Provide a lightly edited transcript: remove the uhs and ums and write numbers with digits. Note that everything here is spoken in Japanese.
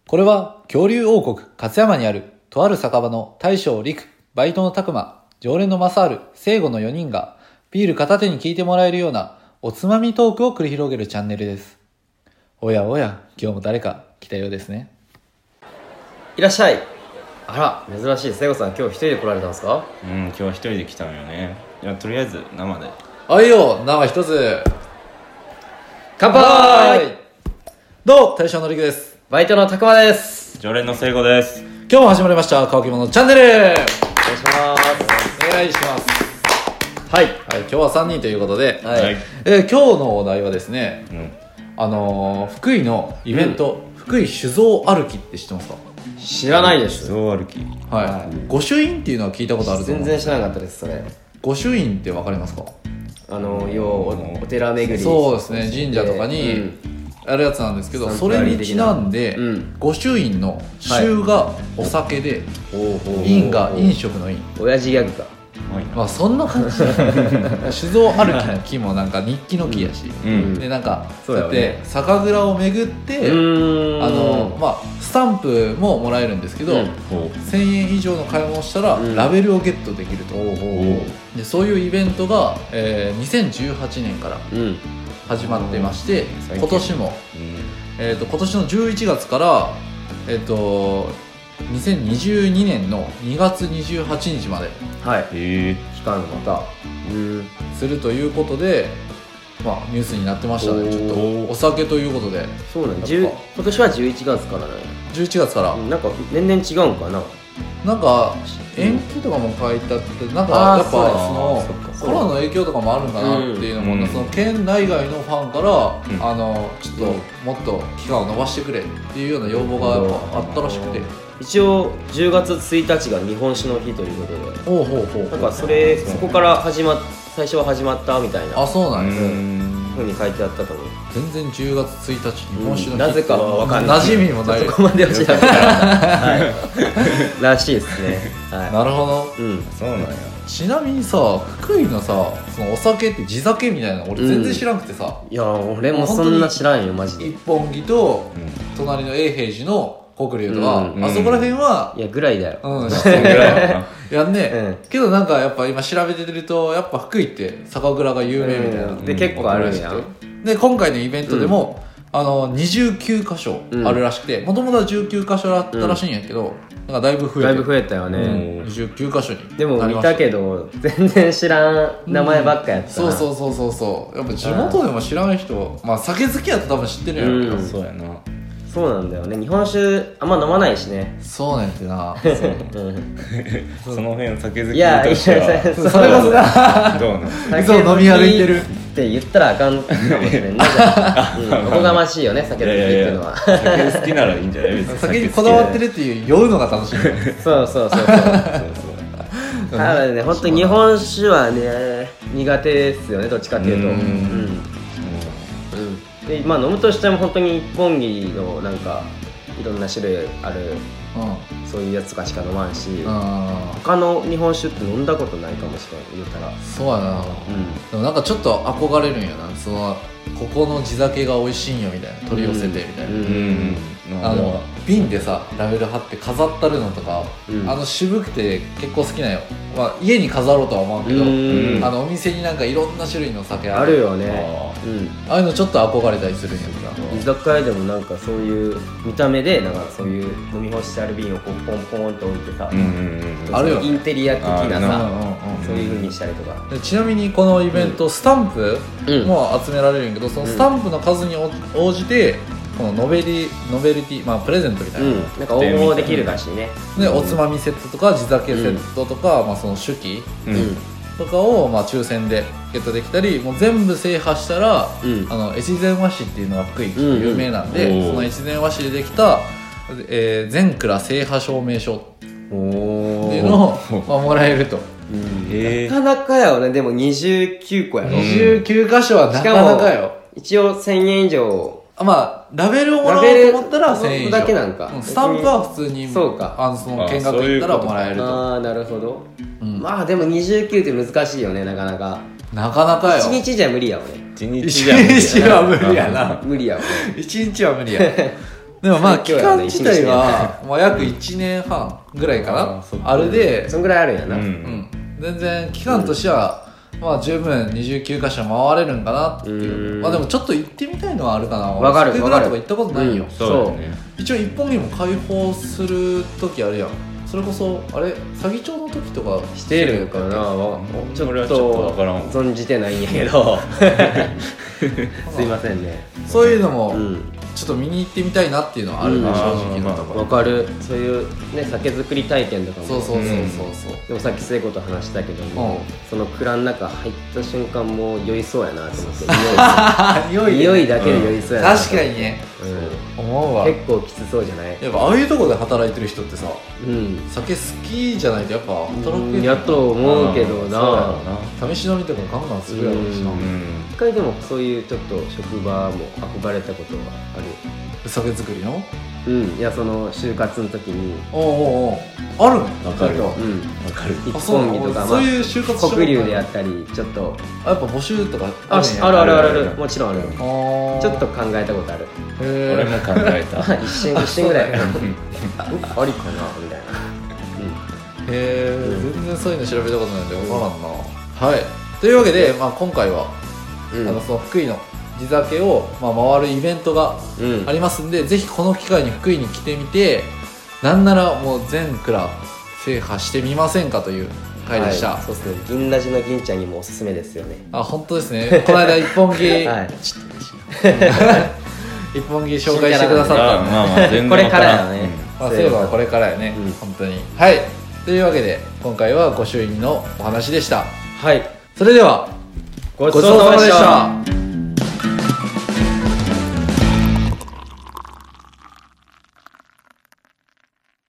これは恐竜王国勝山にあるとある酒場の大将陸、バイトの拓馬、常連の正治、聖護の4人がビール片手に聞いてもらえるようなおつまみトークを繰り広げるチャンネルです。おやおや、今日も誰か来たようですね。 いらっしゃい。あら、珍しい。聖護さん、今日一人で来られたんですか？ 今日は一人で来たのよね。いや、とりあえず生で。 あいよ、生一つ。 乾杯。 どうも、大将の陸です。 バイトのたくまです。 常連の聖子です。 今日も始まりました乾き物チャンネル。 お願いします。 お願いします。はい、今日は3人ということで、 はい今日のお題はですね、福井のイベント、福井酒造歩きって知ってますか？ 知らないです。 そう歩き。 はい、御朱印っていうのは聞いたことあると思う。 全然知らなかったです、それ。 御朱印ってわかりますか？ 要お寺巡り。 そうですね、神社とかにあるやつなんですけど、それにちなんで、御朱印の酒がお酒で、印が飲食の印。 親父ギャグか。 まあそんな感じ。酒造歩きの木もなんか日記の木やし、でなんかそうやって酒蔵を巡ってスタンプももらえるんですけど、1000円以上の買い物をしたらラベルをゲットできると。でそういうイベントが、2018年から始まってまして、今年も、今年の11月から2022年の2月28日まで、 期間がまたするということで、ニュースになってましたね。ちょっとお酒ということで。 そうなんです。今年は11月からね。 11月から、 なんか年々違うんかな。 なんか延期とかも書いてあって、なんかやっぱそのコロナの影響とかもあるんかなっていうのも、その県内外のファンから、ちょっともっと期間を延ばしてくれっていうような要望がやっぱあったらしくて、 一応10月1日が日本酒の日ということで、なんかそこから最初は始まったみたいな。 あ、そうなんですね。 ふうに書いてあったと思う。 全然10月1日日本酒の日、 なぜかは分かんない。 馴染みもない。 そこまでは知らなかったらしいですね。 なるほど。 そうなんや。 ちなみにさ、福井のさ、そのお酒って地酒みたいなの俺全然知らなくてさ、 いや俺もそんな知らんよマジで。 一本木と隣の永平寺の黒龍とか、あそこら辺はいやぐらいだよ。 知ってるぐらいやんね。けどなんかやっぱ今調べてると、やっぱ福井って酒蔵が有名みたいなで結構あるんやん。 で今回のイベントでも29箇所あるらしくて、もともとは19箇所あったらしいんやけど、なんかだいぶ増えたよね。29箇所に。 でも見たけど全然知らん名前ばっかやったな。 そうやっぱ地元でも知らん人、酒好きやと多分知ってるんやろうけど、 そうやな。 そうなんだよね。日本酒あんま飲まないしね。 そうなんやってな。 その辺酒好きいやとしてはそれこそな、 どうなの？ いつも飲み歩いてるって言ったらあかんかもしれんな。おこがましいよね、酒好きっていうのは。 酒好きならいいんじゃない？別に酒にこだわってるっていう酔うのが楽しい。 そうただね、本当に日本酒はね苦手ですよね、どっちかっていうと。で飲むとしても本当に一本木のなんかいろんな種類ある、そういうやつとかしか飲まんし、他の日本酒って飲んだことないかもしれない、言うたら。 そうやな。でもなんかちょっと憧れるんやな、そのここの地酒が美味しいんよみたいな、取り寄せてみたいな。瓶でさラベル貼って飾ったるのとか、渋くて結構好きなんよ。家に飾ろうとは思うけど、お店になんかいろんな種類の酒あるよね。 ああいうのちょっと憧れたりするんやけど、 居酒屋でもなんかそういう見た目でなんかそういう飲み干してある瓶をこうポンポンと置いてさ、あるよ、インテリア的なさ、そういう風にしたりとか。 ちなみにこのイベント、スタンプも集められるんやけど、そのスタンプの数に応じてこのノベルティ、プレゼントみたいな、 なんか応募できるらしいね。 でおつまみセットとか地酒セットとか、その手記とかを抽選でゲットできたり、もう全部制覇したら、越前和紙っていうのが福井有名なんで、その越前和紙でできた、全蔵制覇証明書っていうのを、もらえると。 なかなかやよね。でも29個やろ。 29箇所はなかなかよ。 一応1000円以上。 ラベルをもらおうと思ったら1000円以上だけなんか。 スタンプは普通にそうか、 その見学行ったらもらえると。 なるほど。でも29って難しいよね、なかなか。 なかなかよ。 1日じゃ無理やわね。 1日は無理やな。 無理やわね。 1日は無理や。 でもまあ期間自体はまあ約1年半ぐらいかな、あれでそんぐらいあるんやな、 全然期間としてはまあ十分29カ所回れるんかなっていう。まあでもちょっと行ってみたいのはあるかな。 わかる酒蔵とか行ったことないよ。 そうね。 一応一本木も開放する時あるやん。それこそあれ佐木町の時とかしてるのかな。ちょっと存じてないんやけどすいませんね。 そういうのもちょっと見に行ってみたいなっていうのはあるね、正直なところ。 わかる。そういうね酒造り体験とかもそうでもさっき聖子と話したけども、その蔵の中入った瞬間もう酔いそうやなと思って匂いだけで酔いそうやな。 確かにね、思うわ。 結構きつそうじゃない？ やっぱああいうとこで働いてる人ってさ、酒好きじゃないとやっぱ働けるやと思うけどな。 試し飲みとかガンガンするやろうしな。 一回でもそういうちょっと職場も憧れたことはある。 酒造りの？ いやその就活の時にあるね。 わかる。 わかる。一本木とかそういう就活黒龍でやったりちょっとやっぱ募集とかあるもちろんある。ちょっと考えたことある。 俺も考えた。 一瞬ぐらいありかなみたいな。 全然そういうの調べたことないんで分からんな。はい。というわけでまあ今回はその福井の地酒をまあ回るイベントがありますんで、ぜひこの機会に福井に来てみて、なんならもう全蔵制覇してみませんかという回でした。 そうですね。銀ラジの銀ちゃんにもおすすめですよね。 あ、本当ですね。この間一本木一本木紹介してくださったこれからやね。 そういえばこれからやね、本当に。はい。というわけで今回は御朱印のお話でした。 はい。 それではごちそうさまでした。